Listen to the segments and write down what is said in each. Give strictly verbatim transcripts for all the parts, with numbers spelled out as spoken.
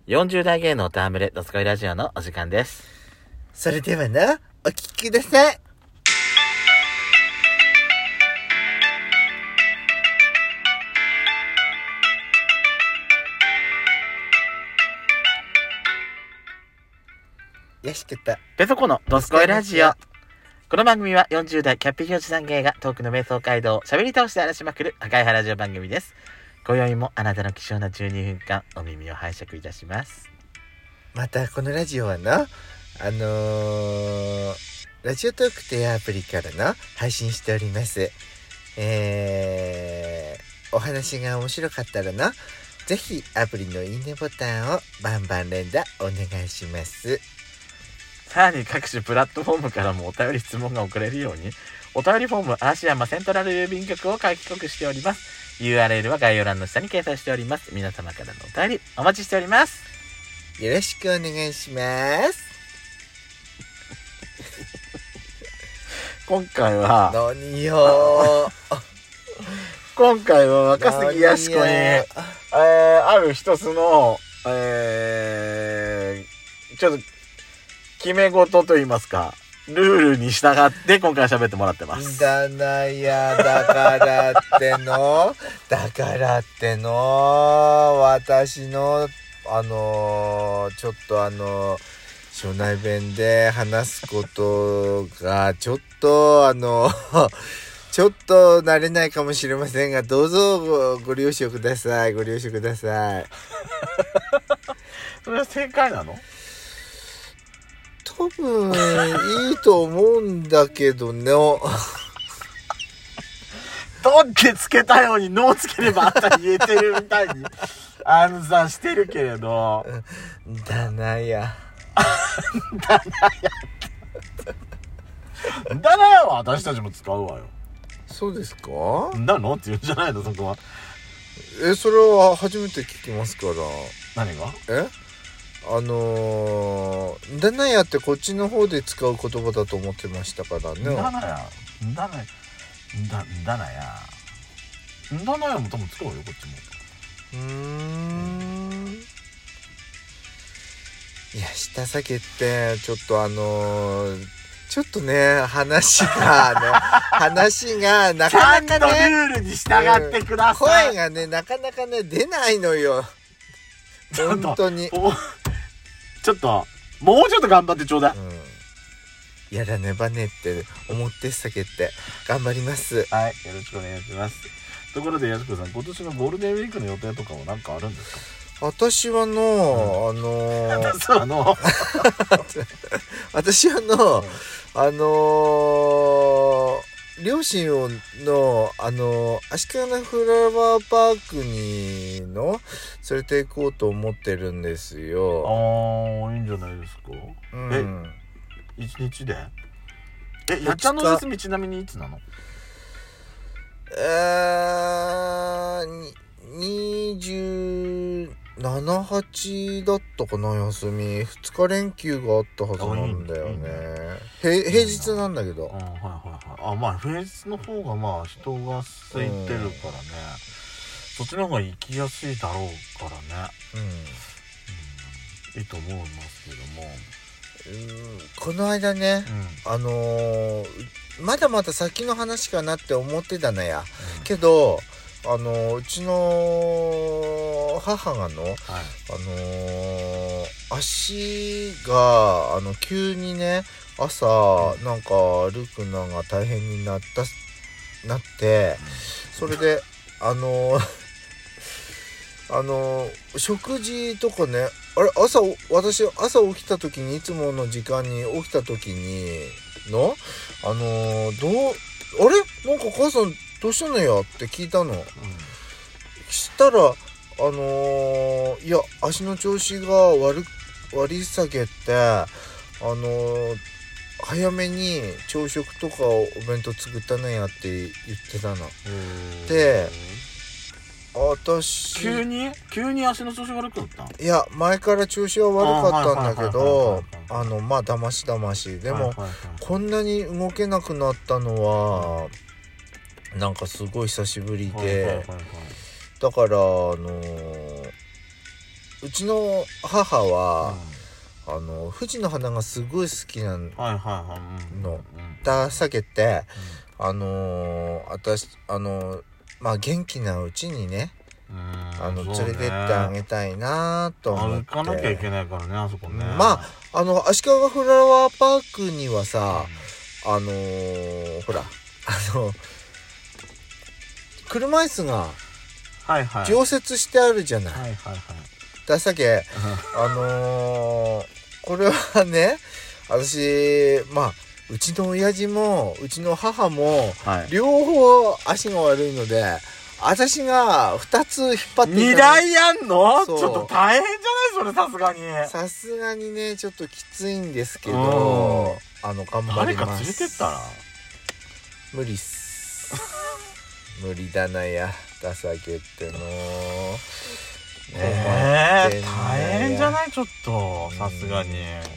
よんじゅう代芸能おたむれドスコイラジオのお時間です。 それではな、お聞きください。よし、決定。 ペソコのドスコイラジオ。この番組はよんじゅう代キャッピーおじさん芸がトークの瞑想街道を喋り倒して荒らしまくる赤い原ラジオ番組です。今宵もあなたの貴重なじゅうにふんかんお耳を拝借いたします。 またこのラジオはな、あのー、ラジオトークというアプリからな配信しております。えー、お話が面白かったらな、ぜひアプリのいいねボタンをバンバン連打お願いします。 さらに各種プラットフォームからもお便り質問が送れるように、お便りフォーム嵐山セントラル郵便局を開局しております。ユーアールエル は概要欄の下に掲載しております。皆様からのお便りお待ちしております。 よろしくお願いします。 今回は何よ今回は若杉やしこに、えー、ある一つの、えー、ちょっと決め事と言いますか、ルールに従って今回喋ってもらってます。 だなや、だからってのだからっての私のあのー、ちょっとあのー、庄内弁で話すことがちょっとあのー、ちょっと慣れないかもしれませんが、どうぞ ご, ご了承くださいご了承くださいそれは正解なの？ 多分いいと思うんだけどねどってつけたようにノーつければあったら言えてるみたいにあのさしてるけれどだなやだなやだなやは私たちも使うわよ。 そうですか？ なのって言うんじゃないのそこは。 え、それは初めて聞きますから。 何が？ えあのー、だなやってこっちの方で使う言葉だと思ってましたからね。 だなやだなやだだなやだなやも多分使うよこっちも。 うーん。いや、下下げってちょっとあのー、ちょっとね話がね話がなかなかね、 ちゃんとルールに従ってください。 声がねなかなかね出ないのよ。本当に。 ちょっともうちょっと頑張ってちょうだい。 うん、やらねばねって思ってさげて頑張ります。 はい、よろしくお願いします。ところでやしこさん、今年のゴールデンウィークの予定とかは何かあるんですか？ 私はの、うん、あのー、 そうの私はの、うん、あのー、両親をのあのー、足利フラワーパークにの連れて行こうと思ってるんですよ。 ああ、いいんじゃないですか。うん、え、一日で？え、やっちゃんの休みちなみにいつなの？ えー、にじゅうなな、はちだったかな、休み。ふつか連休があったはずなんだよね。いいね、平日なんだけど。 あ、はいはいはい。あ、まあ平日の方がまあ人が空いてるからね、うん、そっちの方が行きやすいだろうからね。うん、うん、いいと思いますけども。 うん、この間ね、うん、あのー、まだまだ先の話かなって思ってたのや、うん、けどあのうちの母がの、はい、あのー、足があの急にね朝、うん、なんか歩くのが大変になったなって、うん、それであのー、あのー、食事とかね、あれ朝私朝起きた時にいつもの時間に起きた時にのあのー、どうあれなんか母さんどうしたのよって聞いたの、うん、したらあのー、いや足の調子が悪悪いさげてあのー、早めに朝食とかお弁当作ったのやって言ってたので、私急に急に足の調子悪くなった？ いや前から調子は悪かったんだけど、あのまあだましだましでも、はいはいはい、こんなに動けなくなったのはなんかすごい久しぶりで、はいはいはいはい、だからあのー、 うちの母は、うん、あの富士の花がすごい好きなの、はいはいはい、のださけて、うん、あの私あのまあ元気なうちにね、あの連れてってあげたいなと思って、 歩かなきゃいけないからねあそこね。 まああの足利フラワーパークにはさ、うん、あのー、ほらあの車椅子が常設してあるじゃない。はいはいはい。ださけあのー、これはね私まあうちの親父もうちの母も、はい、両方足が悪いので。私がふたつ引っ張ってにだいやんの？ちょっと大変じゃないそれさすがに。 さすがにねちょっときついんですけど、あの頑張ります。 誰か連れてったら？ 無理っす。無理だなやダサゲっての。 えー、大変じゃないちょっとさすがに。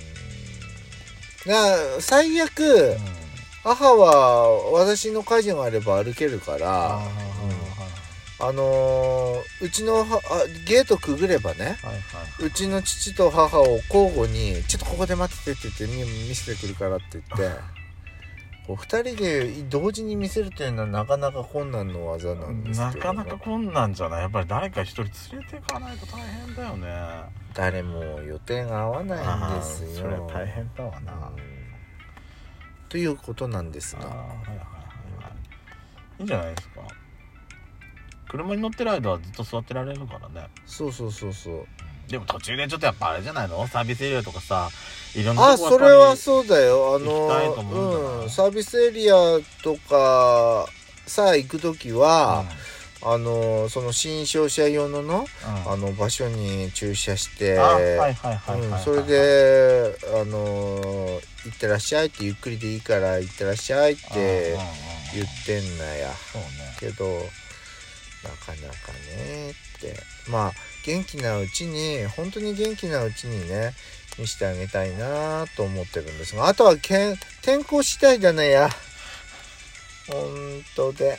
な最悪、うん、母は私の家事があれば歩けるから。あのー、うちのあゲートくぐればね、はいはいはい、うちの父と母を交互にちょっとここで待っててって言って見せてくるからって言ってこうふたりで同時に見せるというのはなかなか困難の技なんですけど、 なかなか困難じゃない。やっぱり誰か一人連れていかないと大変だよね。 誰も予定が合わないんですよ。 それ大変だわな、うん、 ということなんですが、はいはいはいはい、 いいんじゃないですか。車に乗ってる間はずっと座ってられるからね。 そうそうそうそう。 でも途中でちょっとやっぱあれじゃないの、サービスエリアとかさいろんなとこあそれはそうだよ。あの行きたいと思うんだな、 うん、サービスエリアとかさあ行くときは、うん、あのその新商車用のの、うん、あの場所に駐車してそれであの行ってらっしゃいってゆっくりでいいから行ってらっしゃいって言ってんなや、そうね、けどなかなかねってまあ元気なうちに本当に元気なうちにね見せてあげたいなと思ってるんですが、あとはけん天候次第だねや本当で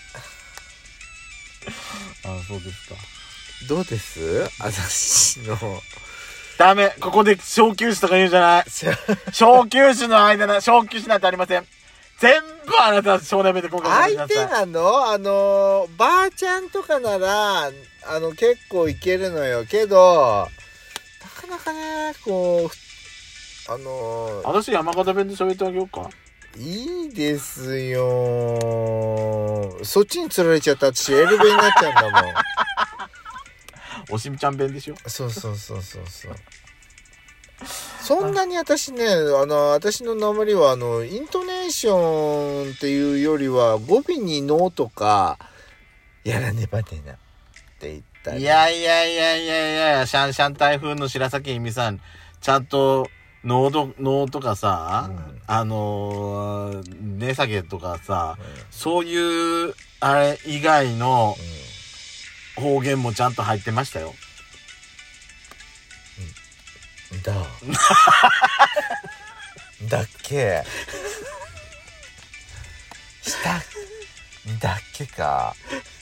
あそうですか。 どうです私のダメここで小休止とか言うんじゃない小休止の間な小休止なんてありません。全部あなた少年目で今回相手なのあのばあちゃんとかならあの結構いけるのよけどなかなかねこうあの私山形弁で喋ってあげようか。 いいですよそっちに釣られちゃった私エル弁になっちゃうんだもんおしみちゃん弁でしょ。 そうそうそうそうそうそんなに私ねあの私の訛りはあのイントネーションっていうよりは語尾にノーとかやらねばねなって言ったり、 いやいやいやいやいやシャンシャン台風の白崎由美さんちゃんとノーとノーとかさ、うん、あのー、値下げとかさ、うん、そういうあれ以外の方言もちゃんと入ってましたよ。 だだっけしただっけか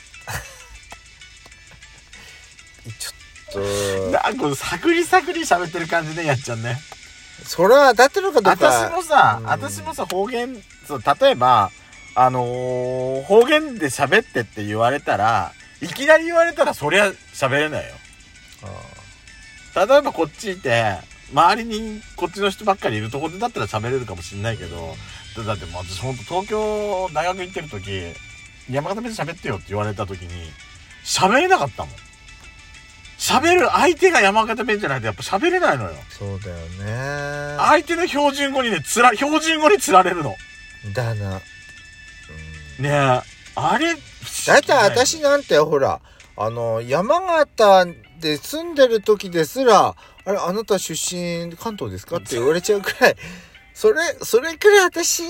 ちょっとなんか探り探り喋ってる感じでやっちゃうね。 それは当たってるのかどうか。 私もさ、うん、私もさ方言そう例えばあのー、方言で喋ってって言われたらいきなり言われたらそりゃ喋れないよ。あ例えばこっちいて周りにこっちの人ばっかりいるところだったら喋れるかもしれないけど、だってもう私ほんと東京大学行ってる時山形弁で喋ってよって言われた時に喋れなかったもん。喋る相手が山形弁じゃないとやっぱ喋れないのよ。 そうだよね。 相手の標準語にねつら標準語につられるのだな、うん、 ねえあれだいたい私なんてほらあの山形で住んでる時ですらあれあなた出身関東ですかって言われちゃうくらいそれそれくらい私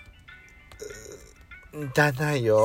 だなよ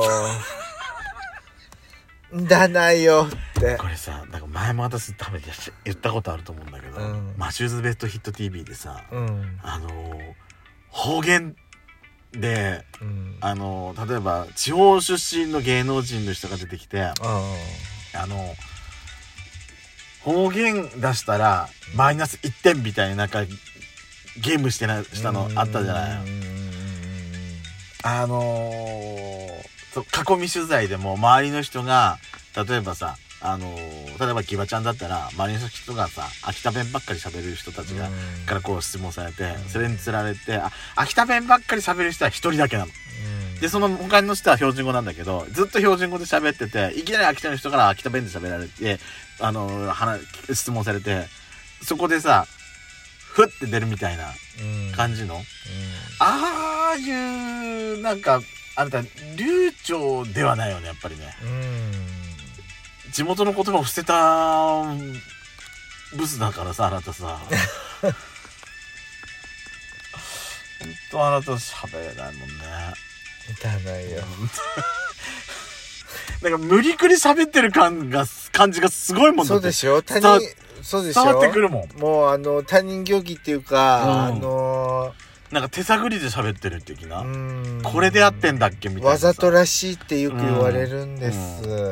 だなよってこれさなんか前も私多分言ったことあると思うんだけど、うん、マシューズベストヒット ティーブイ でさ、うん、あの方言で、うん、あの例えば地方出身の芸能人の人が出てきて、あの方言出したらマイナスいってんみたいななんかゲームしてなしたのあったじゃない。あのー、囲み取材でも周りの人が例えばさ、あのー、例えばギバちゃんだったら周りの人がさ秋田弁ばっかり喋る人たちがからこう質問されて、それにつられて、あ秋田弁ばっかり喋る人は一人だけなの。でその他の人は標準語なんだけど、ずっと標準語で喋ってて、いきなり秋田の人から秋田弁で喋られて、あのー、質問されて、そこでさふって出るみたいな感じの、うんうん、ああいうなんかあんた流暢ではないよねやっぱりね。うん、地元の言葉を捨てたブスだからさあなたさ本当あなた喋れないもんね。 いたないよなんか無理くり喋ってる感が感じがすごいもんだって。 そうでしょ、他人そうでしょ、 伝わってくるもん。 もうあの他人行儀っていうか、うん、あのー、なんか手探りで喋ってる的な、うん、これでやってんだっけみたいな、 わざとらしいってよく言われるんです、うんうんうん、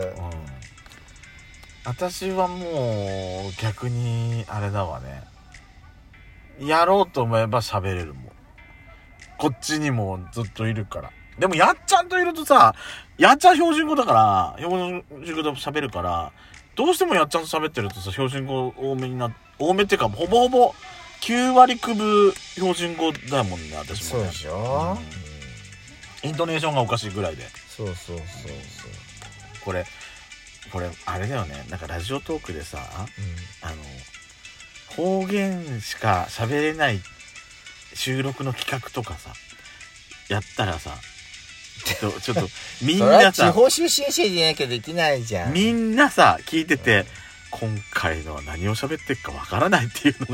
私はもう逆にあれだわね、やろうと思えば喋れるもん。こっちにもずっといるから。でもやっちゃんといるとさ、やっちゃん標準語だから標準語で喋るから、どうしてもやっちゃんと喋ってるとさ標準語多めにな多めっていうかほぼほぼきゅうわりくぶ標準語だもんね私もね。 そうでしょ、 うん、イントネーションがおかしいぐらいで。 そうそうそうそう。 これこれあれだよね、なんかラジオトークでさ、うん、あの方言しか喋れない収録の企画とかさやったらさ、ちょっとちょっとみんなさ地方出身者でなきゃできないじゃん。 みんなさ聞いてて、うん、今回のは何を喋ってるかわからないっていうのが